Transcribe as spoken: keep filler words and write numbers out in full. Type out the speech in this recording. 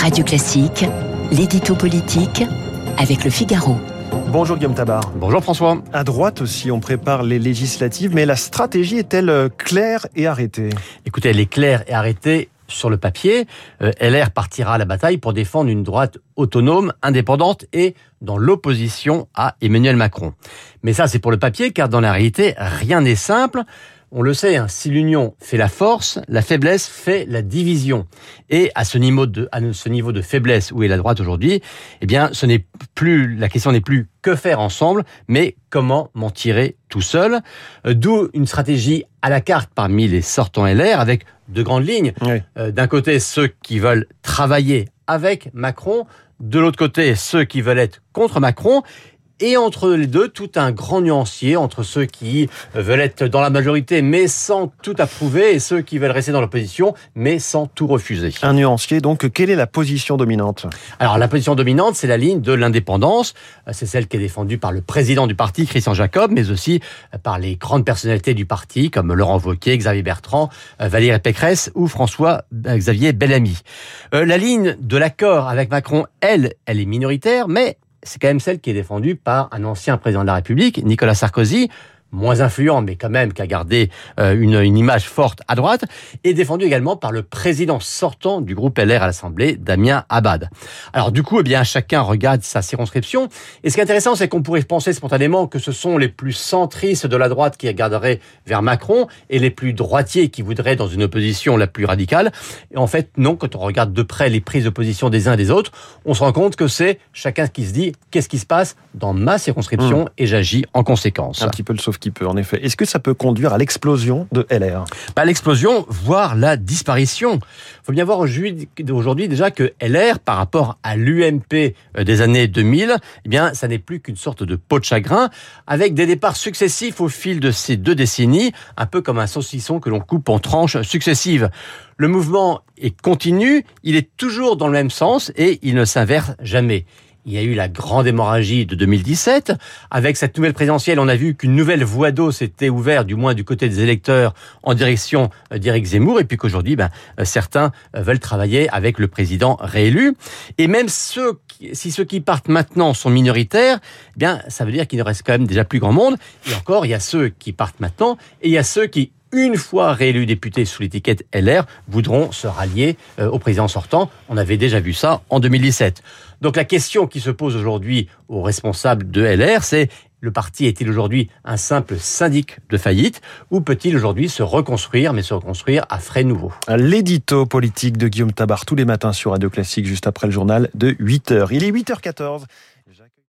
Radio Classique, l'édito politique avec Le Figaro. Bonjour Guillaume Tabar. Bonjour François. À droite aussi, on prépare les législatives, mais la stratégie est-elle claire et arrêtée ? Écoutez, elle est claire et arrêtée sur le papier. Euh, L R partira à la bataille pour défendre une droite autonome, indépendante et dans l'opposition à Emmanuel Macron. Mais ça, c'est pour le papier, car dans la réalité, rien n'est simple. On le sait, hein, si l'union fait la force, la faiblesse fait la division. Et à ce niveau de, à ce niveau de faiblesse où est la droite aujourd'hui, eh bien, ce n'est plus, la question n'est plus que faire ensemble, mais comment m'en tirer tout seul. Euh, d'où une stratégie à la carte parmi les sortants L R avec deux grandes lignes. Oui. Euh, d'un côté, ceux qui veulent travailler avec Macron, de l'autre côté, ceux qui veulent être contre Macron. Et entre les deux, tout un grand nuancier entre ceux qui veulent être dans la majorité mais sans tout approuver et ceux qui veulent rester dans l'opposition mais sans tout refuser. Un nuancier, donc, quelle est la position dominante ? Alors la position dominante, c'est la ligne de l'indépendance. C'est celle qui est défendue par le président du parti, Christian Jacob, mais aussi par les grandes personnalités du parti comme Laurent Wauquiez, Xavier Bertrand, Valérie Pécresse ou François-Xavier Bellamy. Euh, la ligne de l'accord avec Macron, elle, elle est minoritaire, mais c'est quand même celle qui est défendue par un ancien président de la République, Nicolas Sarkozy, moins influent, mais quand même qui a gardé euh, une, une image forte à droite, et défendue également par le président sortant du groupe L R à l'Assemblée, Damien Abad. Alors du coup, eh bien, chacun regarde sa circonscription, et ce qui est intéressant, c'est qu'on pourrait penser spontanément que ce sont les plus centristes de la droite qui regarderaient vers Macron, et les plus droitiers qui voudraient dans une opposition la plus radicale. Et en fait, non, quand on regarde de près les prises de position des uns et des autres, on se rend compte que c'est chacun qui se dit « qu'est-ce qui se passe dans ma circonscription mmh. ?» et j'agis en conséquence. Un petit peu le sauf qui peut, en effet. Est-ce que ça peut conduire à l'explosion de L R ? Bah, l'explosion, voire la disparition. Il faut bien voir aujourd'hui déjà que L R, par rapport à l'U M P des années deux mille, eh bien, ça n'est plus qu'une sorte de peau de chagrin, avec des départs successifs au fil de ces deux décennies, un peu comme un saucisson que l'on coupe en tranches successives. Le mouvement est continu, il est toujours dans le même sens et il ne s'inverse jamais. Il y a eu la grande hémorragie de deux mille dix-sept. Avec cette nouvelle présidentielle, on a vu qu'une nouvelle voie d'eau s'était ouverte, du moins du côté des électeurs, en direction d'Éric Zemmour. Et puis qu'aujourd'hui, ben, certains veulent travailler avec le président réélu. Et même ceux qui, si ceux qui partent maintenant sont minoritaires, eh bien, ça veut dire qu'il ne reste quand même déjà plus grand monde. Et encore, il y a ceux qui partent maintenant et il y a ceux qui, une fois réélus députés sous l'étiquette L R, voudront se rallier euh, au président sortant. On avait déjà vu ça en deux mille dix-sept. Donc la question qui se pose aujourd'hui aux responsables de L R, c'est le parti est-il aujourd'hui un simple syndic de faillite ou peut-il aujourd'hui se reconstruire, mais se reconstruire à frais nouveaux ? L'édito politique de Guillaume Tabar tous les matins sur Radio Classique, juste après le journal de huit heures. Il est huit heures quatorze.